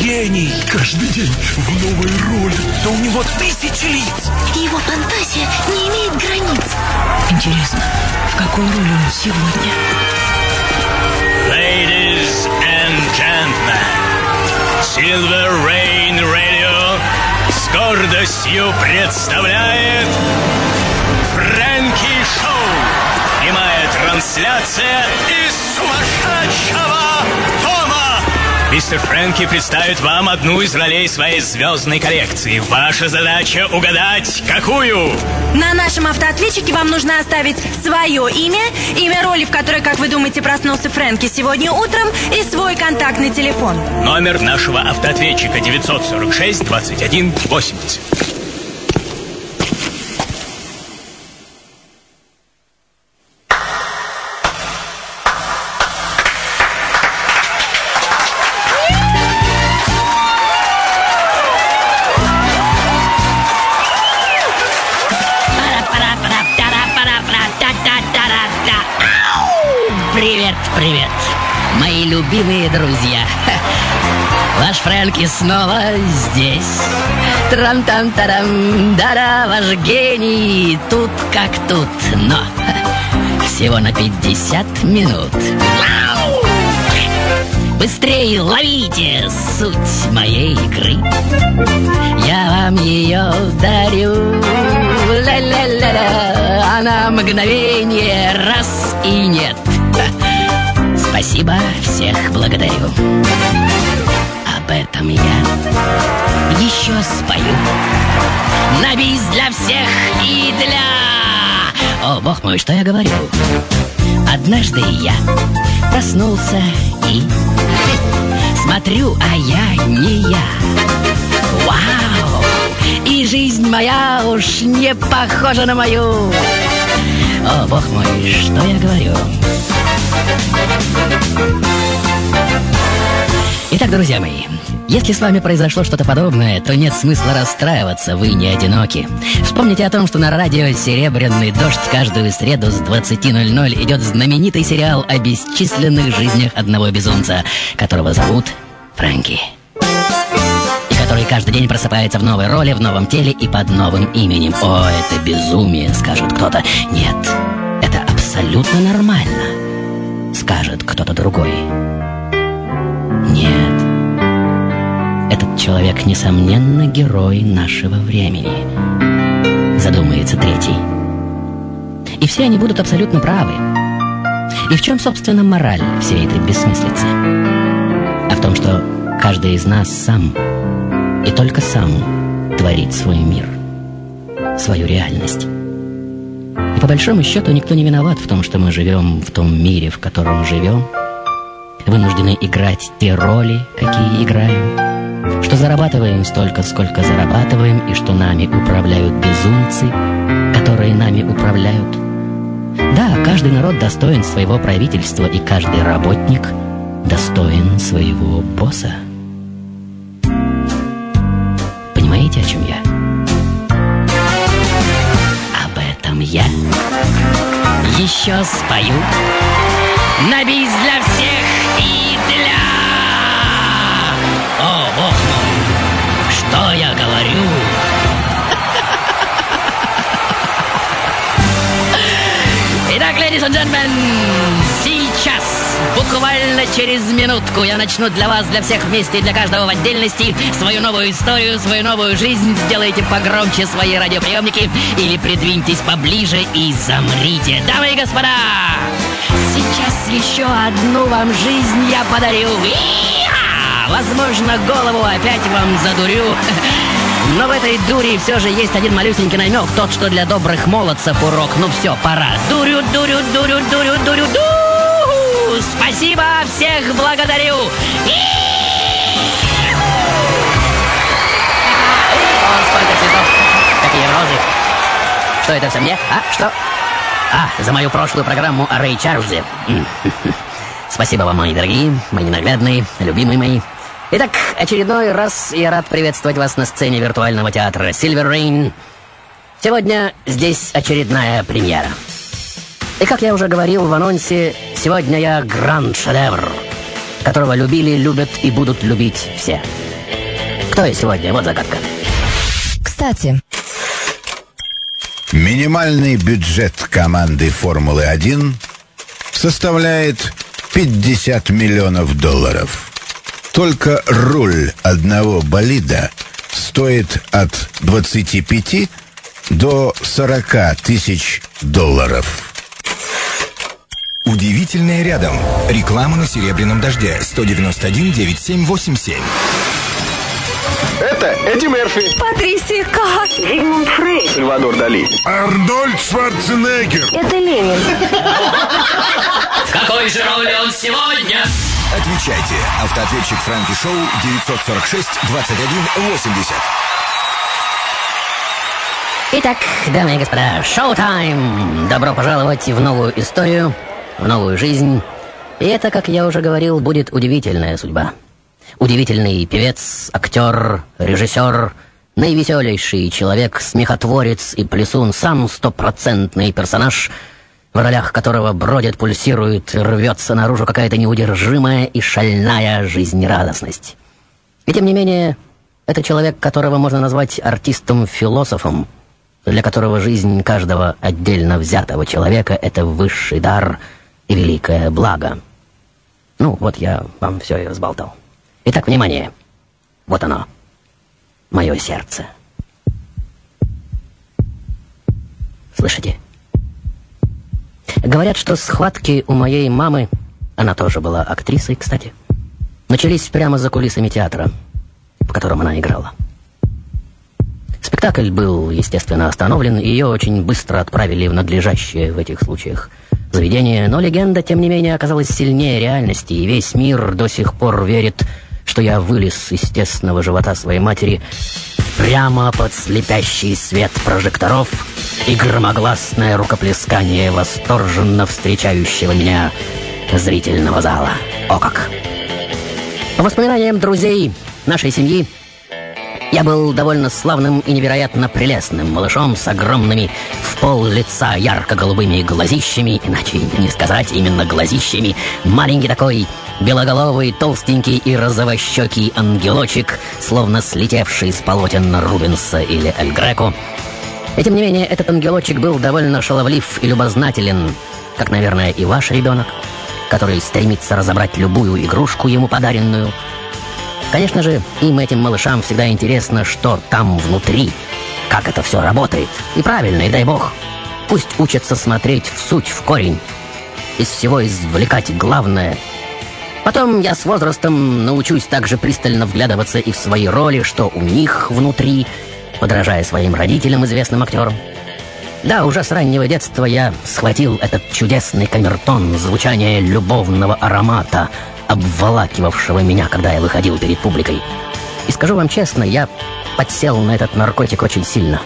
гений. Каждый день в новой роли. Да у него 1000 лиц. И его фантазия не имеет границ. Интересно, в какой роли он сегодня? Ladies and gentlemen, Silver Rain Radio с гордостью представляет Фрэнки Шоу. Прямая трансляция из сумасшедшего дома. Мистер Фрэнки представит вам одну из ролей своей звездной коллекции. Ваша задача угадать, какую? На нашем автоответчике вам нужно оставить свое имя роли, в которой, как вы думаете, проснулся Фрэнки сегодня утром, и свой контактный телефон. Номер нашего автоответчика 946 21 80. Привет, мои любимые друзья. Ваш Фрэнки снова здесь. Трам-там-тарам, да-да, ваш гений тут как тут. Но всего на 50 минут. Быстрее ловите суть моей игры. Я вам ее дарю. Ля-ля-ля-ля. А на мгновение раз и нет. Спасибо, всех благодарю. Об этом я еще спою. На бис для всех и для... О, бог мой, что я говорю? Однажды я проснулся и смотрю, а я не я. Вау! И жизнь моя уж не похожа на мою. О, бог мой, что я говорю? Итак, друзья мои, если с вами произошло что-то подобное, то нет смысла расстраиваться, вы не одиноки. Вспомните о том, что на радио «Серебряный дождь» каждую среду с 20:00 идет знаменитый сериал о бесчисленных жизнях одного безумца, которого зовут Фрэнки. И который каждый день просыпается в новой роли, в новом теле и под новым именем. О, это безумие, скажет кто-то. Нет, это абсолютно нормально, скажет кто-то другой. Нет, этот человек, несомненно, герой нашего времени, задумается третий. И все они будут абсолютно правы. И в чем, собственно, мораль всей этой бессмыслицы? А в том, что каждый из нас сам, и только сам, творит свой мир, свою реальность. И по большому счету никто не виноват в том, что мы живем в том мире, в котором живем, вынуждены играть те роли, какие играем, что зарабатываем столько, сколько зарабатываем, и что нами управляют безумцы, которые нами управляют. Да, каждый народ достоин своего правительства, и каждый работник достоин своего босса. Понимаете, о чем я? Об этом я еще спою. На бис для всех и для... О, бог мой, что я говорю? Итак, ladies and gentlemen, сейчас, буквально через минутку, я начну для вас, для всех вместе и для каждого в отдельности свою новую историю, свою новую жизнь. Сделайте погромче свои радиоприемники или придвиньтесь поближе и замрите. Дамы и господа, сейчас еще одну вам жизнь я подарю. Возможно, голову опять вам задурю. Но в этой дури все же есть один малюсенький намек. Тот, что для добрых молодцев урок. Ну все, пора. Дурю. Спасибо, всех благодарю. О, сколько цветов. Какие розы. Что это все мне? А, что? За мою прошлую программу о Рэй Чарльзе. Спасибо вам, мои дорогие, мои ненаглядные, любимые мои. Итак, очередной раз я рад приветствовать вас на сцене виртуального театра Silver Rain. Сегодня здесь очередная премьера. И как я уже говорил в анонсе, сегодня я гранд-шедевр, которого любили, любят и будут любить все. Кто я сегодня? Вот загадка. Кстати, минимальный бюджет команды «Формулы-1» составляет $50 миллионов. Только руль одного болида стоит от 25 до 40 тысяч долларов. Удивительное рядом. Реклама на «Серебряном дожде». 191-9787. Это Эдди Мерфи. Патрисия Каас. Зигмунд Фрейд. Сальвадор Дали. Арнольд Шварценеггер. Это Ленин. В какой же роли он сегодня? Отвечайте. Автоответчик Фрэнки Шоу 946-21-80. Итак, дамы и господа, шоу-тайм! Добро пожаловать в новую историю, в новую жизнь. И это, как я уже говорил, будет удивительная судьба. Удивительный певец, актер, режиссер, наивеселейший человек, смехотворец и плесун, сам стопроцентный персонаж, в ролях которого бродит, пульсирует, рвется наружу какая-то неудержимая и шальная жизнерадостность. И тем не менее, это человек, которого можно назвать артистом-философом, для которого жизнь каждого отдельно взятого человека — это высший дар и великое благо. Ну, вот я вам все и разболтал. Итак, внимание. Вот оно. Мое сердце. Слышите? Говорят, что схватки у моей мамы, она тоже была актрисой, кстати, начались прямо за кулисами театра, в котором она играла. Спектакль был, естественно, остановлен, и ее очень быстро отправили в надлежащее в этих случаях заведение, но легенда, тем не менее, оказалась сильнее реальности, и весь мир до сих пор верит, что я вылез из тесного живота своей матери прямо под слепящий свет прожекторов и громогласное рукоплескание восторженно встречающего меня зрительного зала. О как! По воспоминаниям друзей нашей семьи, я был довольно славным и невероятно прелестным малышом с огромными в пол лица ярко-голубыми глазищами, иначе не сказать, именно глазищами, маленький такой, белоголовый, толстенький и розовощекий ангелочек, словно слетевший с полотен Рубенса или Эль Греко. И тем не менее, этот ангелочек был довольно шаловлив и любознателен, как, наверное, и ваш ребенок, который стремится разобрать любую игрушку ему подаренную. Конечно же, им, этим малышам, всегда интересно, что там внутри, как это все работает. И правильно, и дай бог. Пусть учатся смотреть в суть, в корень, из всего извлекать главное. Потом я с возрастом научусь также пристально вглядываться и в свои роли, что у них внутри, подражая своим родителям, известным актерам. Да, уже с раннего детства я схватил этот чудесный камертон звучания любовного аромата, обволакивавшего меня, когда я выходил перед публикой. И скажу вам честно, я подсел на этот наркотик очень сильно.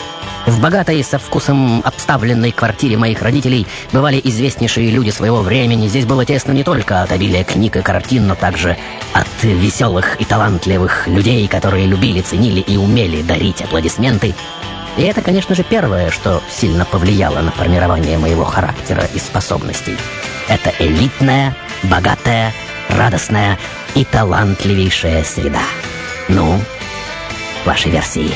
В богатой, со вкусом обставленной квартире моих родителей бывали известнейшие люди своего времени. Здесь было тесно не только от обилия книг и картин, но также от веселых и талантливых людей, которые любили, ценили и умели дарить аплодисменты. И это, конечно же, первое, что сильно повлияло на формирование моего характера и способностей. Это элитная, богатая, радостная и талантливейшая среда. Ну, ваши версии.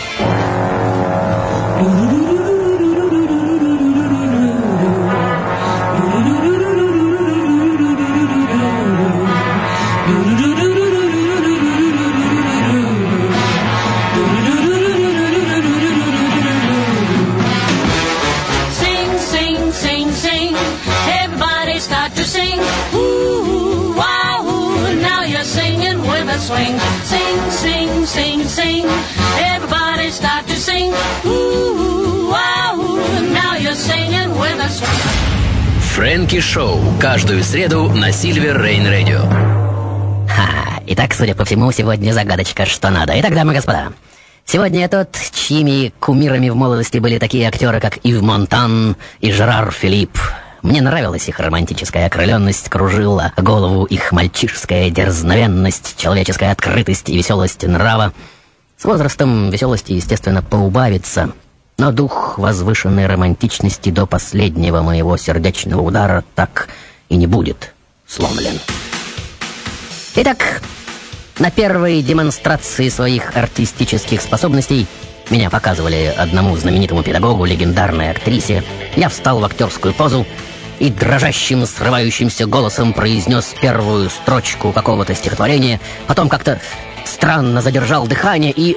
Swing, sing, sing, sing, sing. Everybody start to sing. Ooh, wow, now you're singing with us. Фрэнки Шоу. Каждую среду на Silver Rain Radio. Итак, судя по всему, сегодня загадочка что надо. Итак, дамы и господа, сегодня я тот, чьими кумирами в молодости были такие актеры, как Ив Монтан и Жерар Филипп. Мне нравилась их романтическая окрыленность, кружила голову их мальчишеская дерзновенность, человеческая открытость и веселость нрава. С возрастом веселости, естественно, поубавится, но дух возвышенной романтичности до последнего моего сердечного удара так и не будет сломлен. Итак, На первой демонстрации своих артистических способностей меня показывали одному знаменитому педагогу, легендарной актрисе. Я встал в актерскую позу и дрожащим, срывающимся голосом произнес первую строчку какого-то стихотворения. Потом как-то странно задержал дыхание и...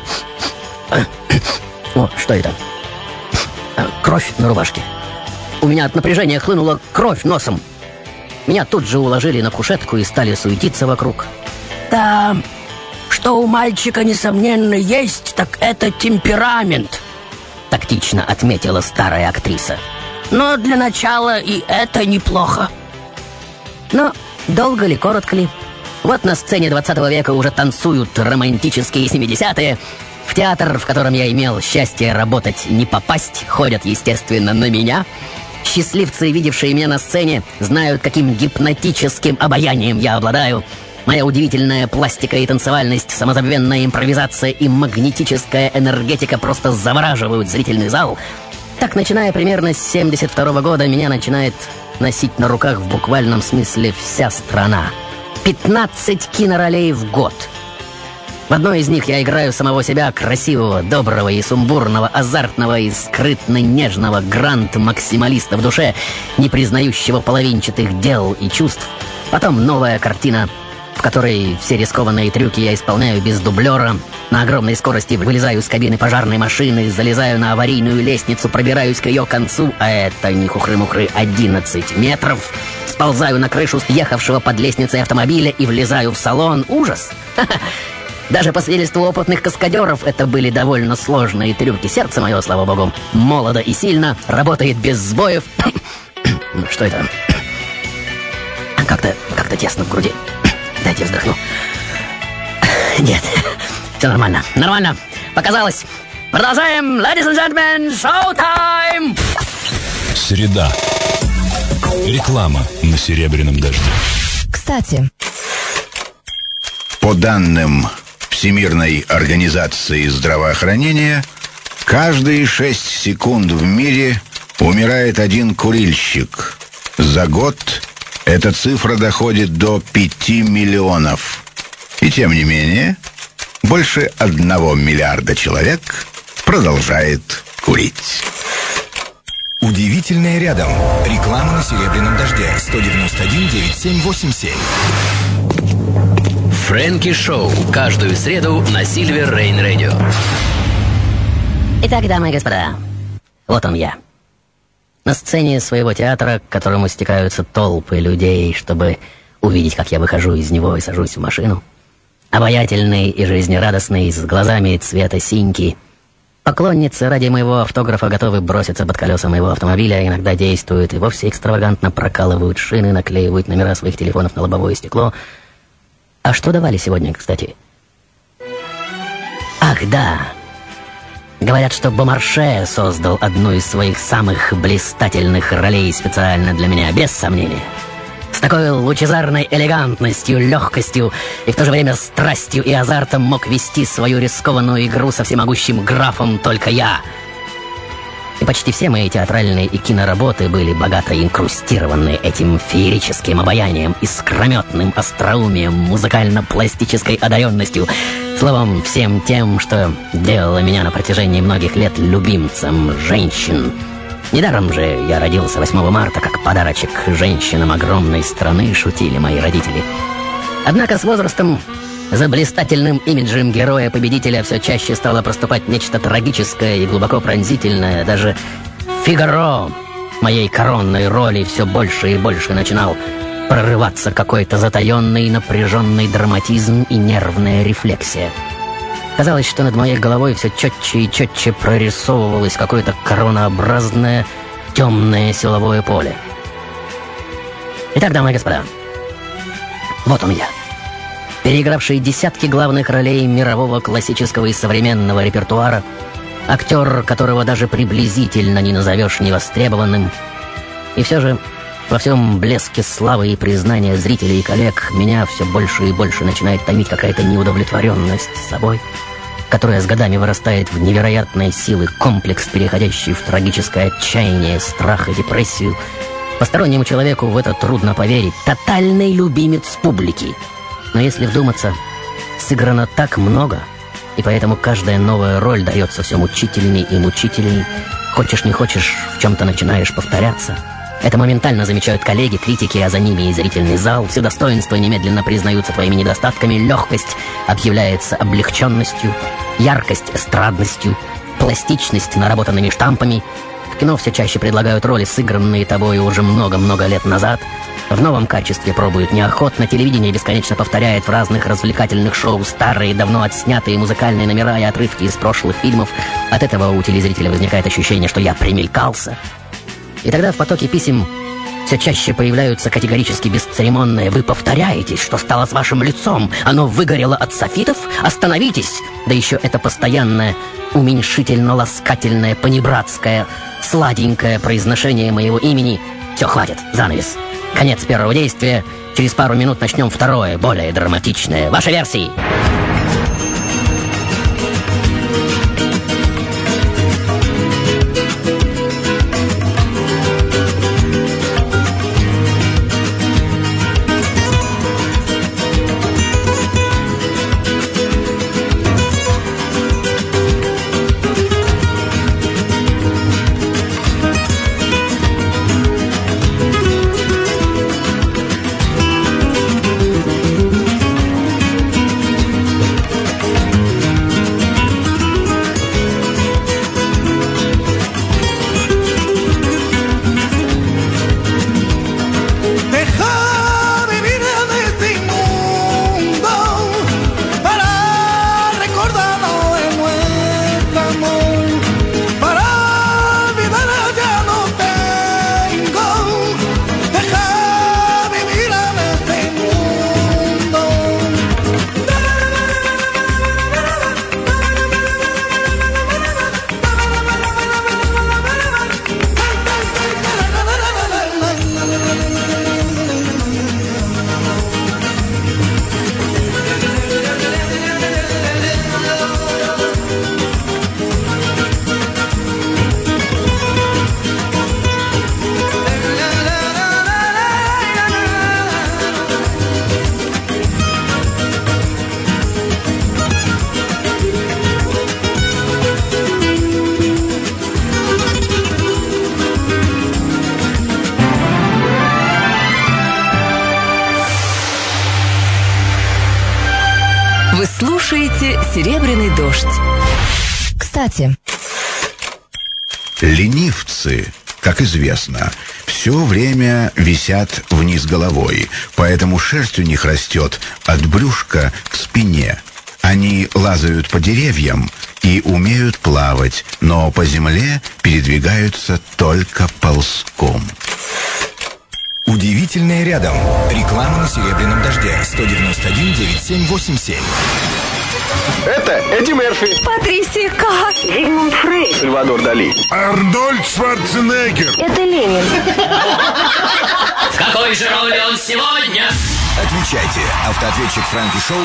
О, что это? Кровь на рубашке. У меня от напряжения хлынула кровь носом. Меня тут же уложили на кушетку и стали суетиться вокруг. Да, что у мальчика, несомненно, есть, так это темперамент, тактично отметила старая актриса. Но для начала и это неплохо. Но долго ли, коротко ли? Вот на сцене 20 века уже танцуют романтические 70-е. В театр, в котором я имел счастье работать, не попасть, ходят, естественно, на меня. Счастливцы, видевшие меня на сцене, знают, каким гипнотическим обаянием я обладаю. Моя удивительная пластика и танцевальность, самозабвенная импровизация и магнетическая энергетика просто завораживают зрительный зал. Так, начиная примерно с 72 года, меня начинает носить на руках в буквальном смысле вся страна. 15 киноролей в год. В одной из них я играю самого себя, красивого, доброго и сумбурного, азартного и скрытно-нежного гранд-максималиста в душе, не признающего половинчатых дел и чувств. Потом новая картина, в которой все рискованные трюки я исполняю без дублера. На огромной скорости вылезаю из кабины пожарной машины, залезаю на аварийную лестницу, пробираюсь к ее концу, а это не хухры-мухры 11 метров. Сползаю на крышу ехавшего под лестницей автомобиля и влезаю в салон. Ужас! Даже по свидетельству опытных каскадеров это были довольно сложные трюки. Сердце мое, слава богу, молодо и сильно, работает без сбоев. Что это? Как-то тесно в груди. Дайте вздохну. Нет, все нормально. Нормально. Показалось. Продолжаем. Ladies and gentlemen, showtime! Среда. Реклама на Серебряном дожде. Кстати, по данным Всемирной организации здравоохранения, каждые 6 секунд в мире умирает один курильщик. За год эта цифра доходит до 5 миллионов. И тем не менее, больше 1 миллиарда человек продолжает курить. Удивительное рядом. Реклама на Серебряном дожде. 191-9787. Фрэнки Шоу. Каждую среду на Silver Rain Radio. Итак, дамы и господа, вот он я. На сцене своего театра, к которому стекаются толпы людей, чтобы увидеть, как я выхожу из него и сажусь в машину. Обаятельный и жизнерадостный, с глазами цвета синьки. Поклонницы ради моего автографа готовы броситься под колеса моего автомобиля, иногда действуют и вовсе экстравагантно прокалывают шины, наклеивают номера своих телефонов на лобовое стекло. А что давали сегодня, кстати? Ах, да. Говорят, что Бомарше создал одну из своих самых блистательных ролей специально для меня, без сомнения. С такой лучезарной элегантностью, легкостью и в то же время страстью и азартом мог вести свою рискованную игру со всемогущим графом только я. И почти все мои театральные и киноработы были богато инкрустированы этим феерическим обаянием, искрометным остроумием, музыкально-пластической одаренностью, словом, всем тем, что делало меня на протяжении многих лет любимцем женщин. Недаром же я родился 8 марта как подарочек женщинам огромной страны, шутили мои родители. Однако с возрастом за блистательным имиджем героя-победителя все чаще стало проступать нечто трагическое и глубоко пронзительное. Даже Фигаро моей коронной роли все больше и больше начинал прорываться какой-то затаенный, напряженный драматизм и нервная рефлексия. Казалось, что над моей головой все четче и четче прорисовывалось какое-то коронообразное темное силовое поле. Итак, дамы и господа, вот он я. Переигравший десятки главных ролей мирового классического и современного репертуара, актер, которого даже приблизительно не назовешь невостребованным. И все же во всем блеске славы и признания зрителей и коллег меня все больше и больше начинает томить какая-то неудовлетворенность собой, которая с годами вырастает в невероятные силы, комплекс, переходящий в трагическое отчаяние, страх и депрессию. Постороннему человеку в это трудно поверить. Тотальный любимец публики. Но если вдуматься, сыграно так много, и поэтому каждая новая роль дается все мучительней и мучительней. Хочешь не хочешь, в чем-то начинаешь повторяться. Это моментально замечают коллеги, критики, а за ними и зрительный зал. Все достоинства немедленно признаются твоими недостатками. Легкость объявляется облегченностью, яркость эстрадностью, пластичность наработанными штампами. В кино все чаще предлагают роли, сыгранные тобой уже много-много лет назад. В новом качестве пробуют неохотно. Телевидение бесконечно повторяет в разных развлекательных шоу старые, давно отснятые музыкальные номера и отрывки из прошлых фильмов. От этого у телезрителя возникает ощущение, что я примелькался. И тогда в потоке писем все чаще появляются категорически бесцеремонные: «Вы повторяетесь, что стало с вашим лицом? Оно выгорело от софитов? Остановитесь!» Да еще это постоянное уменьшительно-ласкательное, понебратское, сладенькое произношение моего имени. Все, хватит, занавес. Конец первого действия. Через пару минут начнем второе, более драматичное. Ваши версии? Вы слушаете «Серебряный дождь». Кстати, ленивцы, как известно, все время висят вниз головой, поэтому шерсть у них растет от брюшка к спине. Они лазают по деревьям и умеют плавать, но по земле передвигаются только ползком. Удивительное рядом. Реклама на «Серебряном дожде». 191-9787. Это Эдди Мерфи, Патрисия Каас, Зигмунд Фрейд. Сальвадор Дали, Арнольд Шварценеггер. Это Ленин. В какой же роли он сегодня? Отвечайте. Автоответчик Франки Шоу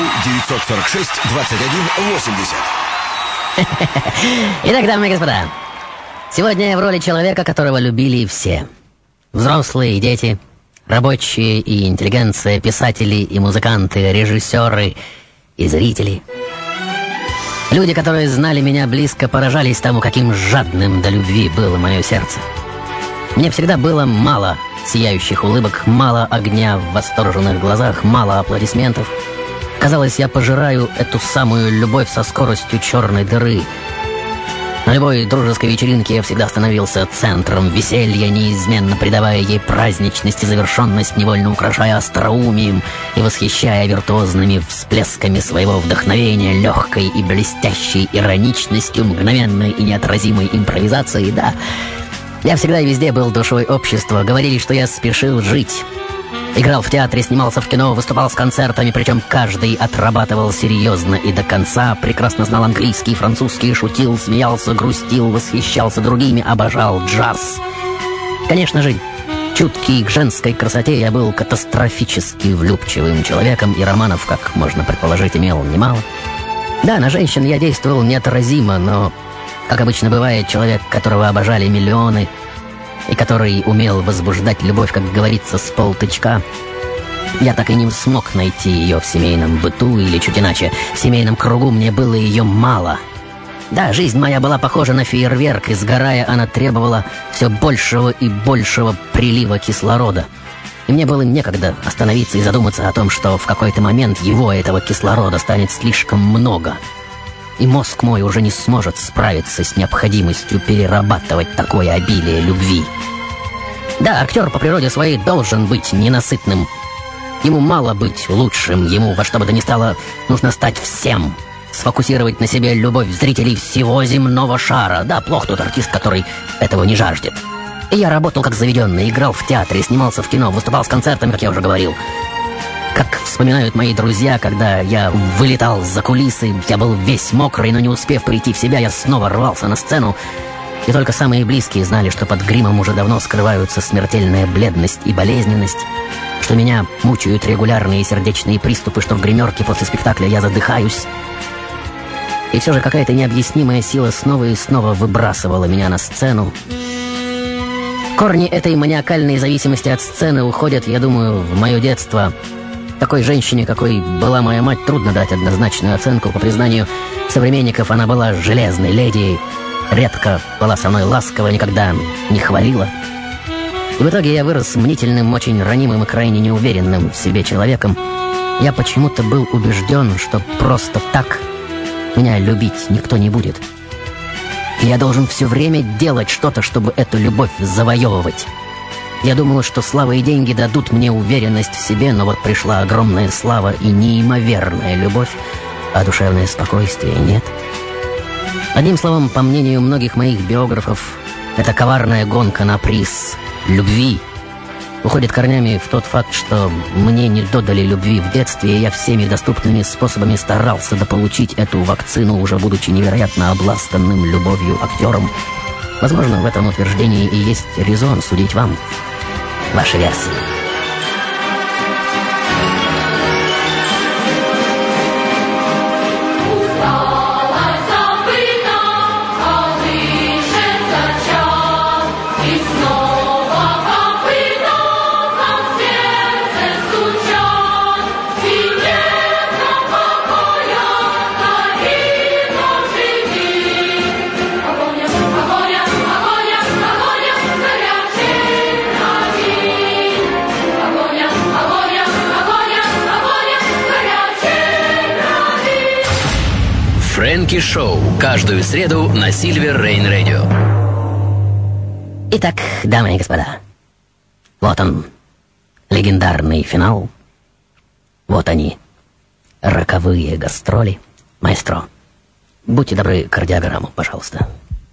946-21-80. Итак, дамы и господа, сегодня я в роли человека, которого любили все. Взрослые и дети, рабочие и интеллигенция, писатели и музыканты, режиссеры и зрители. Люди, которые знали меня близко, поражались тому, каким жадным до любви было мое сердце. Мне всегда было мало сияющих улыбок, мало огня в восторженных глазах, мало аплодисментов. Казалось, я пожираю эту самую любовь со скоростью черной дыры. На любой дружеской вечеринке я всегда становился центром веселья, неизменно придавая ей праздничность и завершенность, невольно украшая остроумием и восхищая виртуозными всплесками своего вдохновения, легкой и блестящей ироничностью, мгновенной и неотразимой импровизацией. Да, я всегда и везде был душой общества. Говорили, что я спешил жить. Играл в театре, снимался в кино, выступал с концертами, причем каждый отрабатывал серьезно и до конца, прекрасно знал английский, французский, шутил, смеялся, грустил, восхищался другими, обожал джаз. Конечно же, чуткий к женской красоте, я был катастрофически влюбчивым человеком, и романов, как можно предположить, имел немало. Да, на женщин я действовал неотразимо, но, как обычно бывает, человек, которого обожали миллионы, и который умел возбуждать любовь, как говорится, с полтычка, Я так и не смог найти ее в семейном быту, или чуть иначе, в семейном кругу мне было ее мало. Да, жизнь моя была похожа на фейерверк, и сгорая, она требовала все большего и большего прилива кислорода. И мне было некогда остановиться и задуматься о том, что в какой-то момент его, этого кислорода, станет слишком много. И мозг мой уже не сможет справиться с необходимостью перерабатывать такое обилие любви. Да, актер по природе своей должен быть ненасытным. Ему мало быть лучшим, ему во что бы то ни стало нужно стать всем. Сфокусировать на себе любовь зрителей всего земного шара. Да, плох тот артист, который этого не жаждет. И я работал как заведенный, играл в театре, снимался в кино, выступал с концертами, как я уже говорил. Как вспоминают мои друзья, когда я вылетал за кулисы, я был весь мокрый, но не успев прийти в себя, я снова рвался на сцену. И только самые близкие знали, что под гримом уже давно скрываются смертельная бледность и болезненность, что меня мучают регулярные сердечные приступы, что в гримерке после спектакля я задыхаюсь. И все же какая-то необъяснимая сила снова и снова выбрасывала меня на сцену. Корни этой маниакальной зависимости от сцены уходят, я думаю, в мое детство. Такой женщине, какой была моя мать, трудно дать однозначную оценку. По признанию современников, она была железной леди, редко была со мной ласкова, никогда не хвалила. И в итоге я вырос мнительным, очень ранимым и крайне неуверенным в себе человеком. Я почему-то был убежден, что просто так меня любить никто не будет. И я должен все время делать что-то, чтобы эту любовь завоевывать. Я думал, что слава и деньги дадут мне уверенность в себе, но вот пришла огромная слава и неимоверная любовь, а душевное спокойствие нет. Одним словом, по мнению многих моих биографов, эта коварная гонка на приз любви уходит корнями в тот факт, что мне не додали любви в детстве, и я всеми доступными способами старался дополучить эту вакцину, уже будучи невероятно областанным любовью актером. Возможно, в этом утверждении и есть резон, судить вам. Ваша версия. Фрэнки Шоу. Каждую среду на Silver Rain Radio. Итак, дамы и господа, вот он, легендарный финал. Вот они, роковые гастроли. Маэстро, будьте добры, кардиограмму, пожалуйста.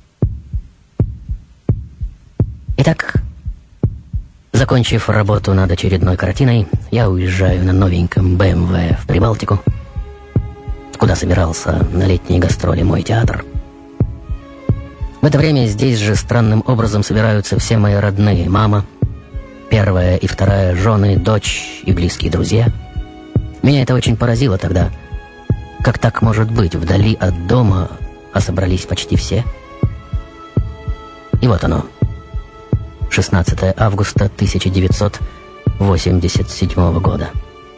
Итак, закончив работу над очередной картиной, я уезжаю на новеньком BMW в Прибалтику, куда собирался на летние гастроли мой театр. В это время здесь же странным образом собираются все мои родные: мама, первая и вторая жены, дочь и близкие друзья. Меня это очень поразило тогда. Как так может быть, вдали от дома, а собрались почти все? И вот оно, 16 августа 1987 года.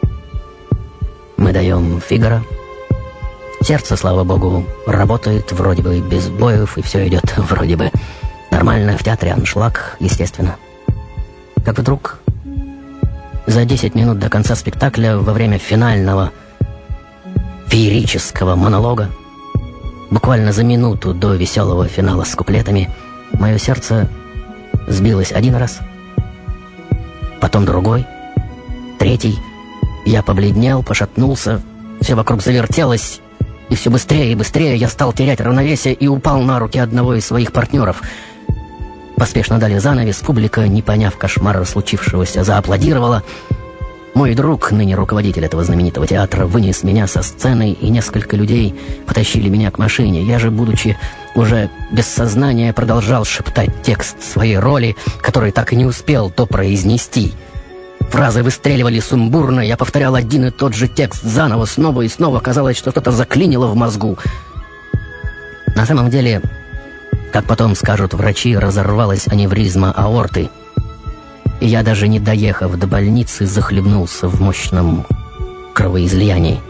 Мы даем «Фигаро». Сердце, слава богу, работает вроде бы без боев, и все идет вроде бы нормально. В театре аншлаг, естественно. Как вдруг, за 10 минут до конца спектакля, во время финального феерического монолога, буквально за минуту до веселого финала с куплетами, мое сердце сбилось один раз, потом другой, третий. Я побледнел, пошатнулся, все вокруг завертелось, и все быстрее и быстрее я стал терять равновесие и упал на руки одного из своих партнеров. Поспешно дали занавес, публика, не поняв кошмара случившегося, зааплодировала. Мой друг, ныне руководитель этого знаменитого театра, вынес меня со сцены, и несколько людей потащили меня к машине. Я же, будучи уже без сознания, продолжал шептать текст своей роли, который так и не успел то произнести. Фразы выстреливали сумбурно, я повторял один и тот же текст заново, снова и снова. Казалось, что что-то заклинило в мозгу. На самом деле, как потом скажут врачи, разорвалась аневризма аорты. И я, даже не доехав до больницы, захлебнулся в мощном кровоизлиянии.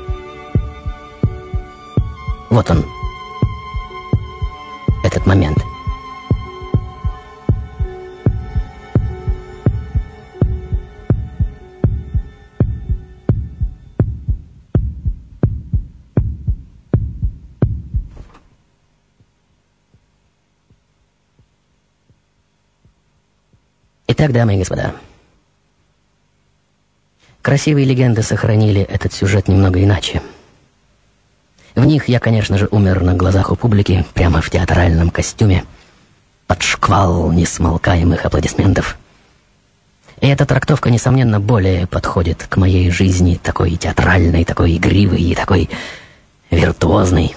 Вот он, этот момент. Итак, дамы и господа, красивые легенды сохранили этот сюжет немного иначе. В них я, конечно же, умер на глазах у публики, прямо в театральном костюме, под шквал несмолкаемых аплодисментов. И эта трактовка, несомненно, более подходит к моей жизни, такой театральной, такой игривой и такой виртуозной.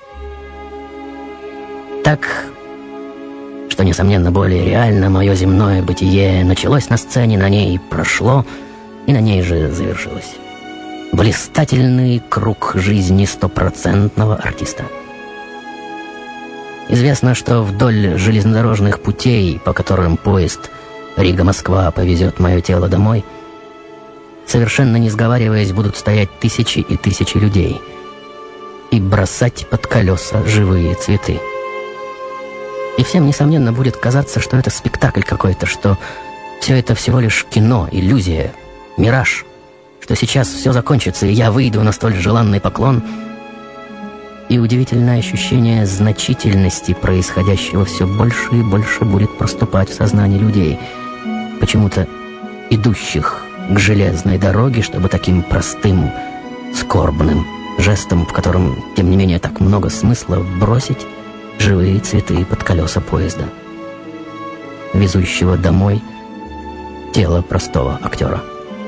Так, что, несомненно, более реально, мое земное бытие началось на сцене, на ней прошло и на ней же завершилось. Блистательный круг жизни стопроцентного артиста. Известно, что вдоль железнодорожных путей, по которым поезд Рига-Москва повезет мое тело домой, совершенно не сговариваясь, будут стоять тысячи и тысячи людей и бросать под колеса живые цветы. И всем, несомненно, будет казаться, что это спектакль какой-то, что все это всего лишь кино, иллюзия, мираж, что сейчас все закончится, и я выйду на столь желанный поклон. И удивительное ощущение значительности происходящего все больше и больше будет проступать в сознании людей, почему-то идущих к железной дороге, чтобы таким простым, скорбным жестом, в котором, тем не менее, так много смысла, бросить живые цветы под колеса поезда, везущего домой тело простого актера.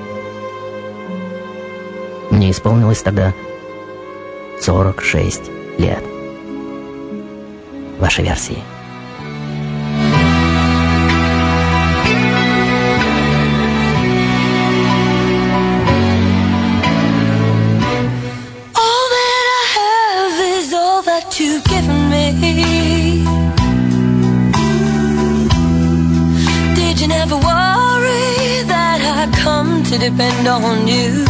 Мне исполнилось тогда 46 лет. Ваши версии. You've given me. Did you never worry that I come to depend on you?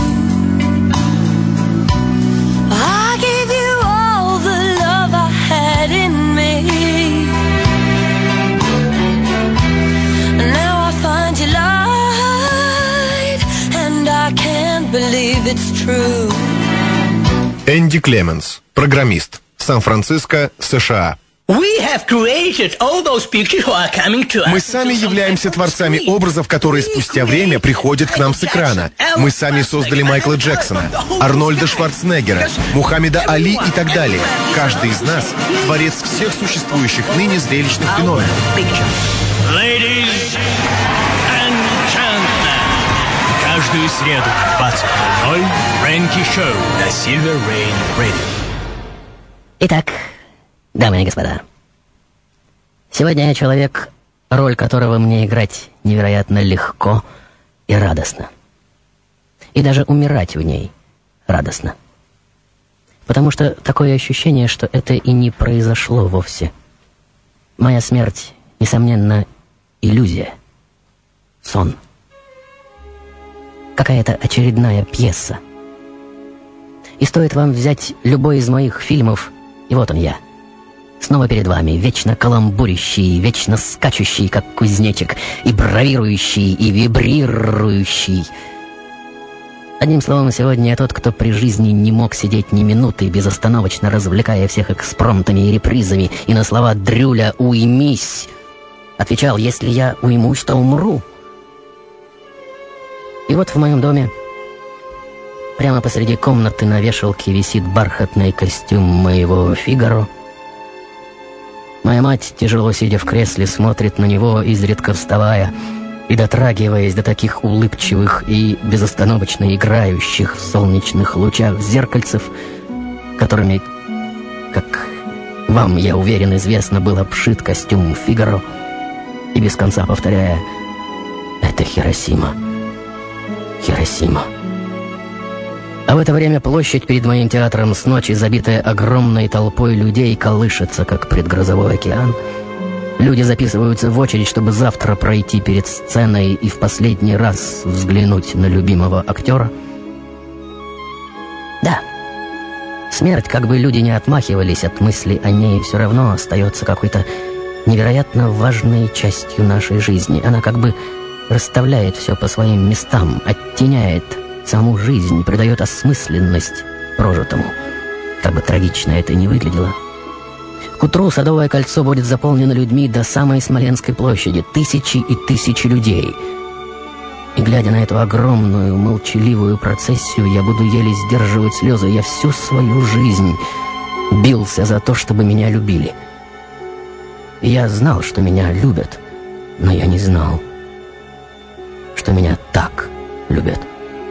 I gave you all the love I had in me. Now I find you lied, and I can't believe it's true. Энди Клеменс, программист. Сан-Франциско, США. Мы сами являемся творцами образов, которые спустя время приходят к нам с экрана. Мы сами создали Майкла Джексона, Арнольда Шварценеггера, Мухаммеда Али и так далее. Каждый из нас — творец всех существующих ныне зрелищных феноменов. Ladies and gentlemen, каждую среду в 20:00 Фрэнки Шоу на Silver Rain Radio. Итак, дамы и господа, сегодня я человек, роль которого мне играть невероятно легко и радостно. И даже умирать в ней радостно. Потому что такое ощущение, что это и не произошло вовсе. Моя смерть, несомненно, иллюзия, сон. Какая-то очередная пьеса. И стоит вам взять любой из моих фильмов, и вот он я, снова перед вами, вечно каламбурящий, вечно скачущий, как кузнечик, и бравирующий, и вибрирующий. Одним словом, сегодня я тот, кто при жизни не мог сидеть ни минуты, безостановочно развлекая всех экспромтами и репризами, и на слова Дрюля «Уймись» отвечал: «Если я уймусь, то умру». И вот в моем доме, прямо посреди комнаты на вешалке висит бархатный костюм моего Фигаро. Моя мать, тяжело сидя в кресле, смотрит на него, изредка вставая и дотрагиваясь до таких улыбчивых и безостановочно играющих в солнечных лучах зеркальцев, которыми, как вам, я уверен, известно, был обшит костюм Фигаро, и без конца повторяя: «Это Хиросима, Хиросима». А в это время площадь перед моим театром, с ночи забитая огромной толпой людей, колышется, как предгрозовой океан. Люди записываются в очередь, чтобы завтра пройти перед сценой и в последний раз взглянуть на любимого актера. Да, смерть, как бы люди не отмахивались от мысли о ней, все равно остается какой-то невероятно важной частью нашей жизни. Она как бы расставляет все по своим местам, оттеняет саму жизнь, придает осмысленность прожитому. Как бы трагично это ни выглядело. К утру Садовое кольцо будет заполнено людьми до самой Смоленской площади. Тысячи и тысячи людей. И глядя на эту огромную, молчаливую процессию, я буду еле сдерживать слезы. Я всю свою жизнь бился за то, чтобы меня любили. И я знал, что меня любят, но я не знал, что меня так любят.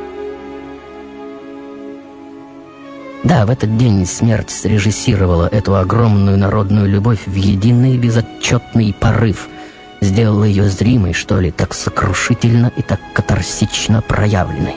Да, в этот день смерть срежиссировала эту огромную народную любовь в единый безотчетный порыв. Сделала ее зримой, что ли, так сокрушительно и так катарсично проявленной.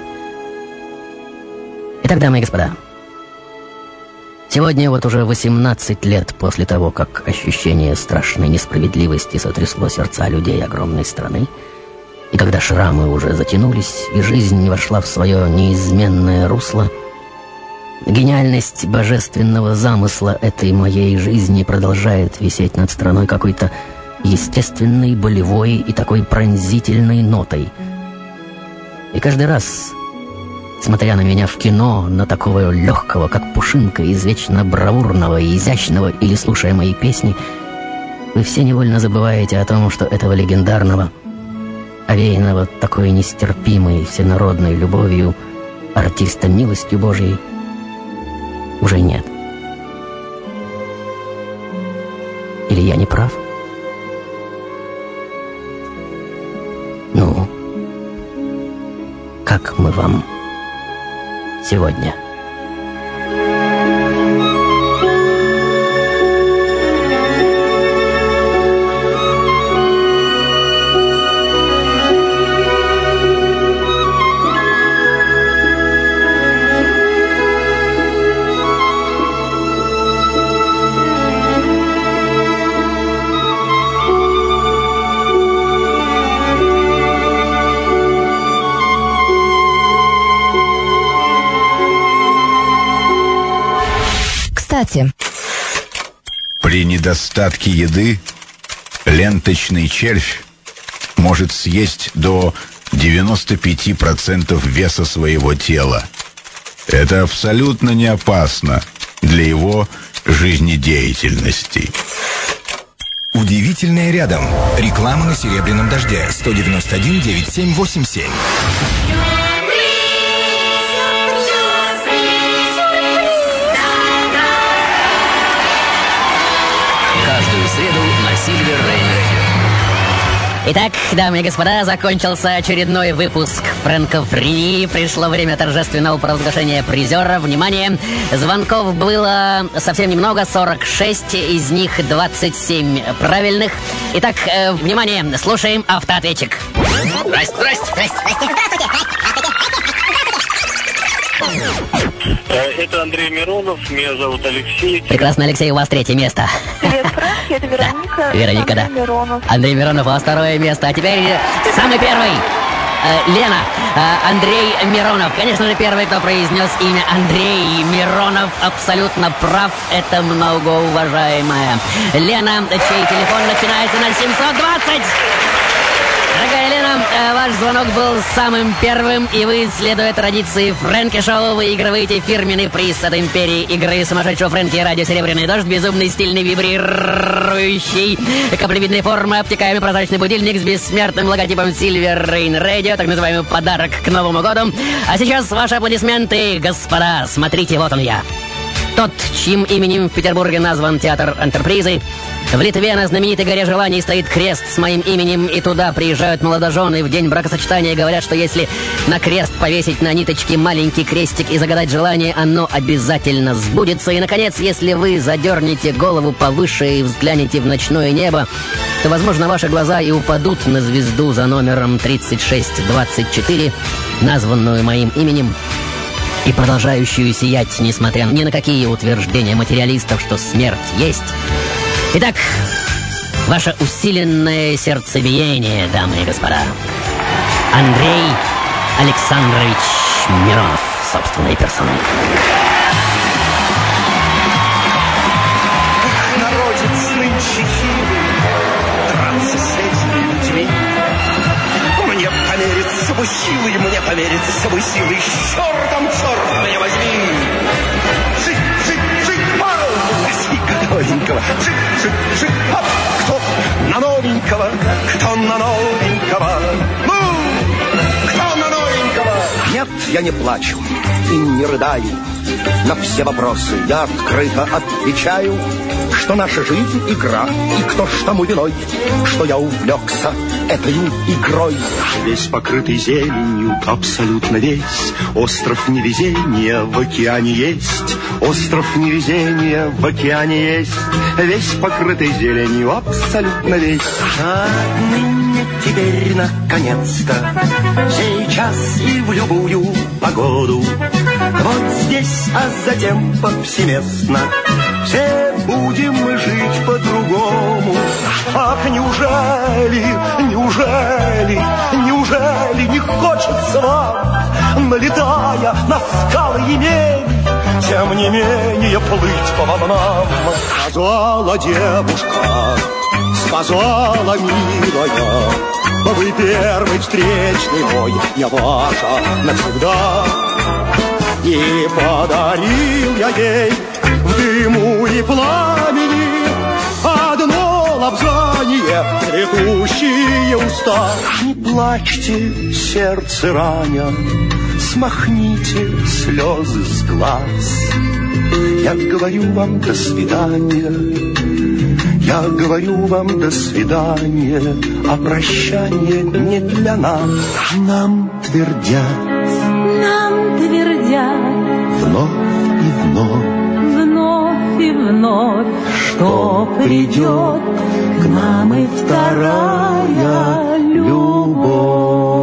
Итак, дамы и господа, сегодня вот уже 18 лет после того, как ощущение страшной несправедливости сотрясло сердца людей огромной страны, и когда шрамы уже затянулись, и жизнь вошла в свое неизменное русло, гениальность божественного замысла этой моей жизни продолжает висеть над страной какой-то естественной, болевой и такой пронзительной нотой. И каждый раз, смотря на меня в кино, на такого легкого, как пушинка, извечно бравурного и изящного, или слушая мои песни, вы все невольно забываете о том, что этого легендарного, овеянного такой нестерпимой всенародной любовью артиста милостью Божией уже нет. Или я не прав? Ну, как мы вам сегодня? При недостатке еды ленточный червь может съесть до 95% веса своего тела. Это абсолютно не опасно для его жизнедеятельности. Удивительное рядом. Реклама на Серебряном дожде. 191-9787. Каждую среду на Silver Rain Radio. Итак, дамы и господа, закончился очередной выпуск франкофрении. Пришло время торжественного провозглашения призера. Внимание! Звонков было совсем немного, 46, из них 27 правильных. Итак, внимание, слушаем автоответчик. Здрасте. Это Андрей Миронов, меня зовут Алексей. Прекрасно, Алексей, у вас третье место. Привет, Фрэнк, это Вероника. Вероника, да. Миронов. Андрей Миронов, у вас второе место. А теперь самый первый. Лена, Андрей Миронов. Конечно же, первый, кто произнес имя Андрей Миронов, абсолютно прав. Это многоуважаемая Лена, чей телефон начинается на 720. Дорогая Лена, ваш звонок был самым первым, и вы, следуя традиции Фрэнки Шоу, выигрываете фирменный приз от империи игры сумасшедшего Фрэнки радио «Серебряный дождь». Безумный, стильный, вибрирующий, каплевидной формы, обтекаемый прозрачный будильник с бессмертным логотипом Silver Rain Radio, так называемый подарок к Новому году. А сейчас ваши аплодисменты, господа. Смотрите, вот он я. Тот, чьим именем в Петербурге назван театр «Энтерпризы». В Литве на знаменитой горе желаний стоит крест с моим именем, и туда приезжают молодожены в день бракосочетания и говорят, что если на крест повесить на ниточке маленький крестик и загадать желание, оно обязательно сбудется. И, наконец, если вы задернете голову повыше и взглянете в ночное небо, то, возможно, ваши глаза и упадут на звезду за номером 3624, названную моим именем, и продолжающую сиять, несмотря ни на какие утверждения материалистов, что смерть есть. Итак, ваше усиленное сердцебиение, дамы и господа. Андрей Александрович Миронов собственной персоной. Народец нынче хилый, драться с этими людьми. Мне померится бы силой, мне померится бы силой. Чертом, черт меня возьми. Новенького. Оп, кто на новенького? Кто на новенького? Ну, кто на новенького? Нет, я не плачу и не рыдаю. На все вопросы я открыто отвечаю, что наша жизнь игра, и кто ж тому виной, что я увлекся этой игрой. Весь покрытый зеленью, абсолютно весь, остров невезения в океане есть. Остров невезения в океане есть, весь покрытый зеленью, абсолютно весь. А ныне теперь наконец-то, сейчас и в любую погоду, вот здесь, а затем повсеместно, все будем мы жить по-другому. Ах, неужели не хочется вам, налетая на скалы иметь, тем не менее плыть по волнам? Сказала девушка, сказала милая, вы первый встречный мой, я ваша навсегда. И подарил я ей в дыму и пламени одно лобзание, цветущие уста. Не плачьте, сердце раня, смахните слезы с глаз. Я говорю вам до свидания, я говорю вам до свидания, а прощание не для нас. Нам твердят вновь и вновь, что придет к нам и вторая любовь.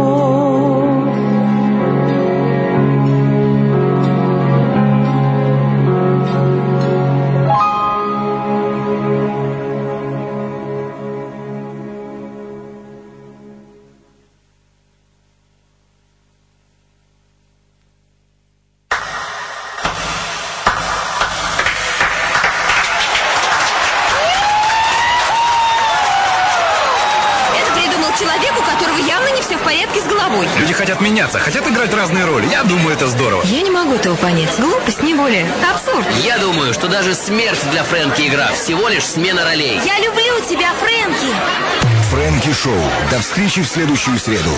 Люди хотят меняться, хотят играть разные роли. Я думаю, это здорово. Я не могу этого понять. Глупость, не более. Абсурд. Я думаю, что даже смерть для Фрэнки игра. Всего лишь смена ролей. Я люблю тебя, Фрэнки. Фрэнки Шоу. До встречи в следующую среду.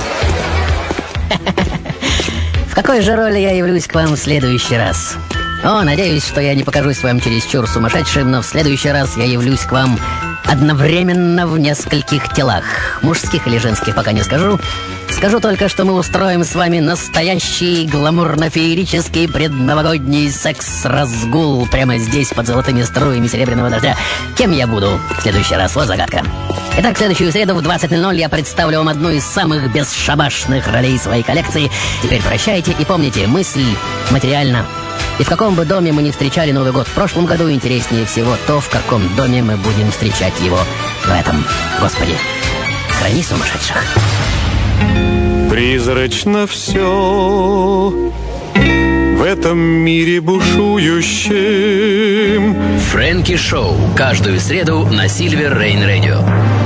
В какой же роли я явлюсь к вам в следующий раз? Надеюсь, что я не покажусь вам чересчур сумасшедшим, но в следующий раз я явлюсь к вам одновременно в нескольких телах. Мужских или женских пока не скажу. Скажу только, что мы устроим с вами настоящий гламурно-феерический предновогодний секс-разгул прямо здесь, под золотыми струями серебряного дождя. Кем я буду в следующий раз? Вот загадка. Итак, в следующую среду в 20:00 я представлю вам одну из самых бесшабашных ролей своей коллекции. Теперь прощайте и помните, мысль материальна. И в каком бы доме мы ни встречали Новый год в прошлом году, интереснее всего то, в каком доме мы будем встречать его в этом. Господи, храни сумасшедших. Призрачно все в этом мире бушующем. Фрэнки Шоу. Каждую среду на Silver Rain Radio.